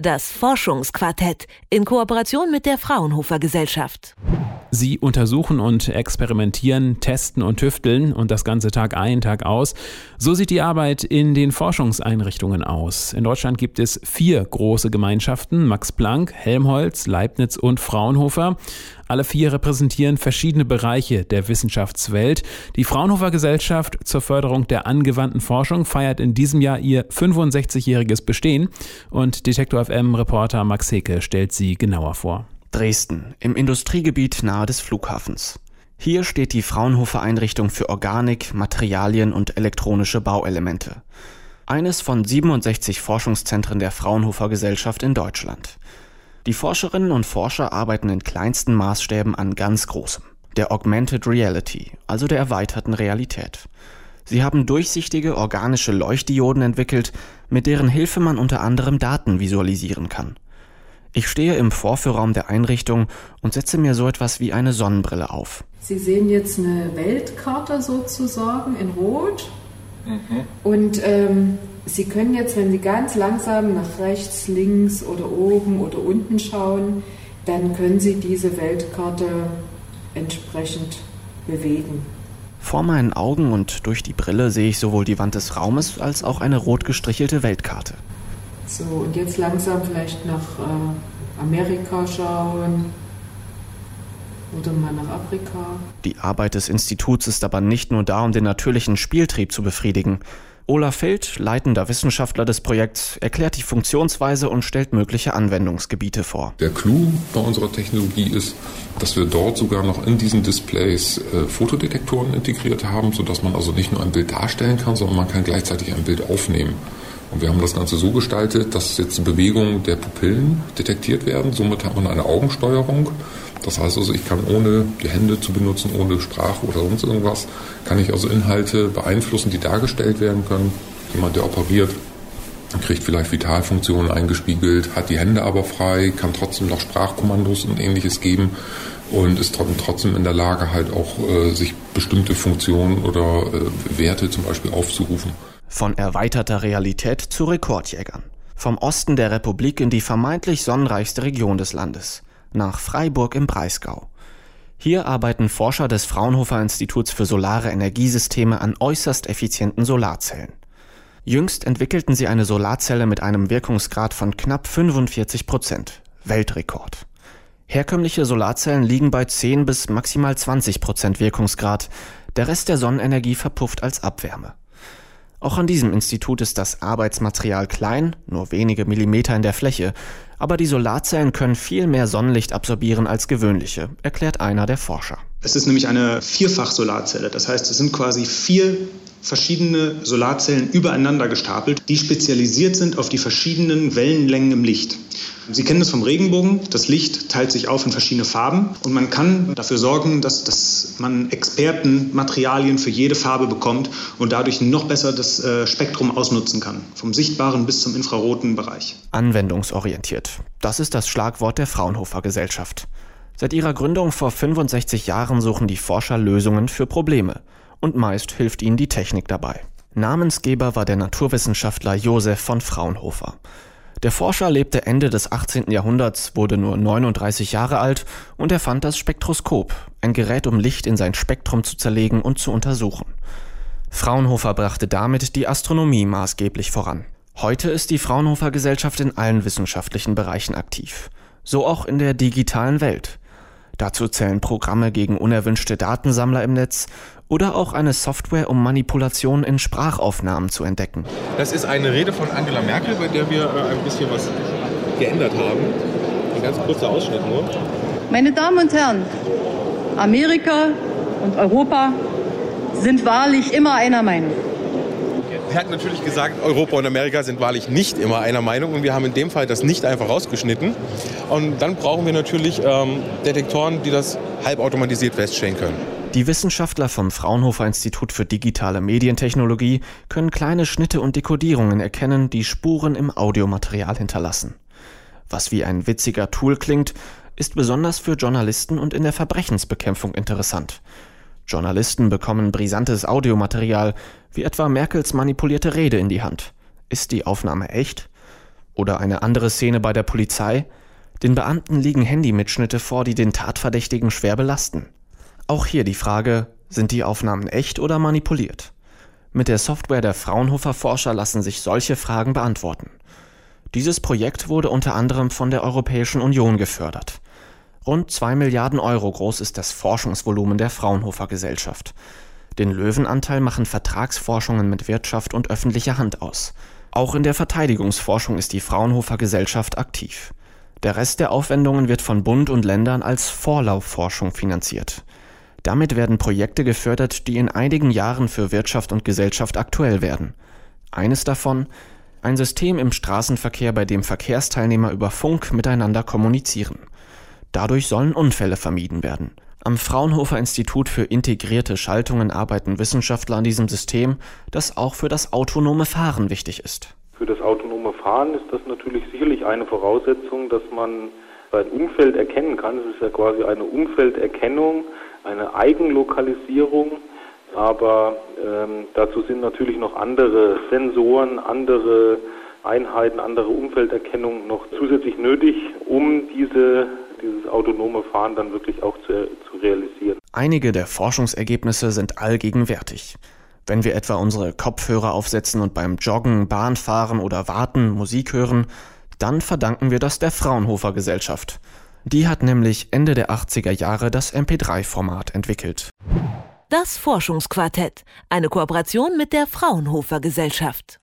Das Forschungsquartett in Kooperation mit der Fraunhofer Gesellschaft. Sie untersuchen und experimentieren, testen und tüfteln und das ganze Tag ein, Tag aus. So sieht die Arbeit in den Forschungseinrichtungen aus. In Deutschland gibt es 4 große Gemeinschaften: Max Planck, Helmholtz, Leibniz und Fraunhofer. Alle 4 repräsentieren verschiedene Bereiche der Wissenschaftswelt. Die Fraunhofer Gesellschaft zur Förderung der angewandten Forschung feiert in diesem Jahr ihr 65-jähriges Bestehen und Detektor FM-Reporter Max Heke stellt sie genauer vor. Dresden, im Industriegebiet nahe des Flughafens. Hier steht die Fraunhofer Einrichtung für Organik, Materialien und elektronische Bauelemente. Eines von 67 Forschungszentren der Fraunhofer Gesellschaft in Deutschland. Die Forscherinnen und Forscher arbeiten in kleinsten Maßstäben an ganz Großem, der Augmented Reality, also der erweiterten Realität. Sie haben durchsichtige organische Leuchtdioden entwickelt, mit deren Hilfe man unter anderem Daten visualisieren kann. Ich stehe im Vorführraum der Einrichtung und setze mir so etwas wie eine Sonnenbrille auf. Sie sehen jetzt eine Weltkarte sozusagen in Rot. Und Sie können jetzt, wenn Sie ganz langsam nach rechts, links oder oben oder unten schauen, dann können Sie diese Weltkarte entsprechend bewegen. Vor meinen Augen und durch die Brille sehe ich sowohl die Wand des Raumes als auch eine rot gestrichelte Weltkarte. So, und jetzt langsam vielleicht nach Amerika schauen oder mal nach Afrika. Die Arbeit des Instituts ist aber nicht nur da, um den natürlichen Spieltrieb zu befriedigen. Olaf Feld, leitender Wissenschaftler des Projekts, erklärt die Funktionsweise und stellt mögliche Anwendungsgebiete vor. Der Clou bei unserer Technologie ist, dass wir dort sogar noch in diesen Displays Fotodetektoren integriert haben, sodass man also nicht nur ein Bild darstellen kann, sondern man kann gleichzeitig ein Bild aufnehmen. Und wir haben das Ganze so gestaltet, dass jetzt die Bewegungen der Pupillen detektiert werden. Somit hat man eine Augensteuerung. Das heißt also, ich kann ohne die Hände zu benutzen, ohne Sprache oder sonst irgendwas, kann ich also Inhalte beeinflussen, die dargestellt werden können. Jemand, der operiert, kriegt vielleicht Vitalfunktionen eingespiegelt, hat die Hände aber frei, kann trotzdem noch Sprachkommandos und Ähnliches geben und ist trotzdem in der Lage, halt auch sich bestimmte Funktionen oder Werte zum Beispiel aufzurufen. Von erweiterter Realität zu Rekordjägern. Vom Osten der Republik in die vermeintlich sonnenreichste Region des Landes, nach Freiburg im Breisgau. Hier arbeiten Forscher des Fraunhofer Instituts für solare Energiesysteme an äußerst effizienten Solarzellen. Jüngst entwickelten sie eine Solarzelle mit einem Wirkungsgrad von knapp 45%, Weltrekord. Herkömmliche Solarzellen liegen bei 10 bis maximal 20% Wirkungsgrad, der Rest der Sonnenenergie verpufft als Abwärme. Auch an diesem Institut ist das Arbeitsmaterial klein, nur wenige Millimeter in der Fläche, aber die Solarzellen können viel mehr Sonnenlicht absorbieren als gewöhnliche, erklärt einer der Forscher. Es ist nämlich eine Vierfach-Solarzelle, das heißt, es sind quasi 4 verschiedene Solarzellen übereinander gestapelt, die spezialisiert sind auf die verschiedenen Wellenlängen im Licht. Sie kennen das vom Regenbogen, das Licht teilt sich auf in verschiedene Farben und man kann dafür sorgen, dass man Expertenmaterialien für jede Farbe bekommt und dadurch noch besser das Spektrum ausnutzen kann, vom sichtbaren bis zum infraroten Bereich. Anwendungsorientiert, das ist das Schlagwort der Fraunhofer Gesellschaft. Seit ihrer Gründung vor 65 Jahren suchen die Forscher Lösungen für Probleme. Und meist hilft ihnen die Technik dabei. Namensgeber war der Naturwissenschaftler Josef von Fraunhofer. Der Forscher lebte Ende des 18. Jahrhunderts, wurde nur 39 Jahre alt und erfand das Spektroskop, ein Gerät, um Licht in sein Spektrum zu zerlegen und zu untersuchen. Fraunhofer brachte damit die Astronomie maßgeblich voran. Heute ist die Fraunhofer Gesellschaft in allen wissenschaftlichen Bereichen aktiv. So auch in der digitalen Welt. Dazu zählen Programme gegen unerwünschte Datensammler im Netz oder auch eine Software, um Manipulationen in Sprachaufnahmen zu entdecken. Das ist eine Rede von Angela Merkel, bei der wir ein bisschen was geändert haben. Ein ganz kurzer Ausschnitt nur. Meine Damen und Herren, Amerika und Europa sind wahrlich immer einer Meinung. Er hat natürlich gesagt, Europa und Amerika sind wahrlich nicht immer einer Meinung und wir haben in dem Fall das nicht einfach rausgeschnitten. Und dann brauchen wir natürlich Detektoren, die das halbautomatisiert feststellen können. Die Wissenschaftler vom Fraunhofer Institut für digitale Medientechnologie können kleine Schnitte und Dekodierungen erkennen, die Spuren im Audiomaterial hinterlassen. Was wie ein witziger Tool klingt, ist besonders für Journalisten und in der Verbrechensbekämpfung interessant. Journalisten bekommen brisantes Audiomaterial, wie etwa Merkels manipulierte Rede in die Hand. Ist die Aufnahme echt? Oder eine andere Szene bei der Polizei: Den Beamten liegen Handymitschnitte vor, die den Tatverdächtigen schwer belasten. Auch hier die Frage: Sind die Aufnahmen echt oder manipuliert? Mit der Software der Fraunhofer-Forscher lassen sich solche Fragen beantworten. Dieses Projekt wurde unter anderem von der Europäischen Union gefördert. Rund 2 Milliarden Euro groß ist das Forschungsvolumen der Fraunhofer-Gesellschaft. Den Löwenanteil machen Vertragsforschungen mit Wirtschaft und öffentlicher Hand aus. Auch in der Verteidigungsforschung ist die Fraunhofer-Gesellschaft aktiv. Der Rest der Aufwendungen wird von Bund und Ländern als Vorlaufforschung finanziert. Damit werden Projekte gefördert, die in einigen Jahren für Wirtschaft und Gesellschaft aktuell werden. Eines davon: ein System im Straßenverkehr, bei dem Verkehrsteilnehmer über Funk miteinander kommunizieren. Dadurch sollen Unfälle vermieden werden. Am Fraunhofer-Institut für integrierte Schaltungen arbeiten Wissenschaftler an diesem System, das auch für das autonome Fahren wichtig ist. Für das autonome Fahren ist das natürlich sicherlich eine Voraussetzung, dass man sein Umfeld erkennen kann. Es ist ja quasi eine Umfelderkennung, eine Eigenlokalisierung. Aber dazu sind natürlich noch andere Sensoren, andere Einheiten, andere Umfelderkennung noch zusätzlich nötig, um dieses autonome Fahren dann wirklich auch zu realisieren. Einige der Forschungsergebnisse sind allgegenwärtig. Wenn wir etwa unsere Kopfhörer aufsetzen und beim Joggen, Bahnfahren oder Warten Musik hören, dann verdanken wir das der Fraunhofer-Gesellschaft. Die hat nämlich Ende der 80er Jahre das MP3-Format entwickelt. Das Forschungsquartett, eine Kooperation mit der Fraunhofer Gesellschaft.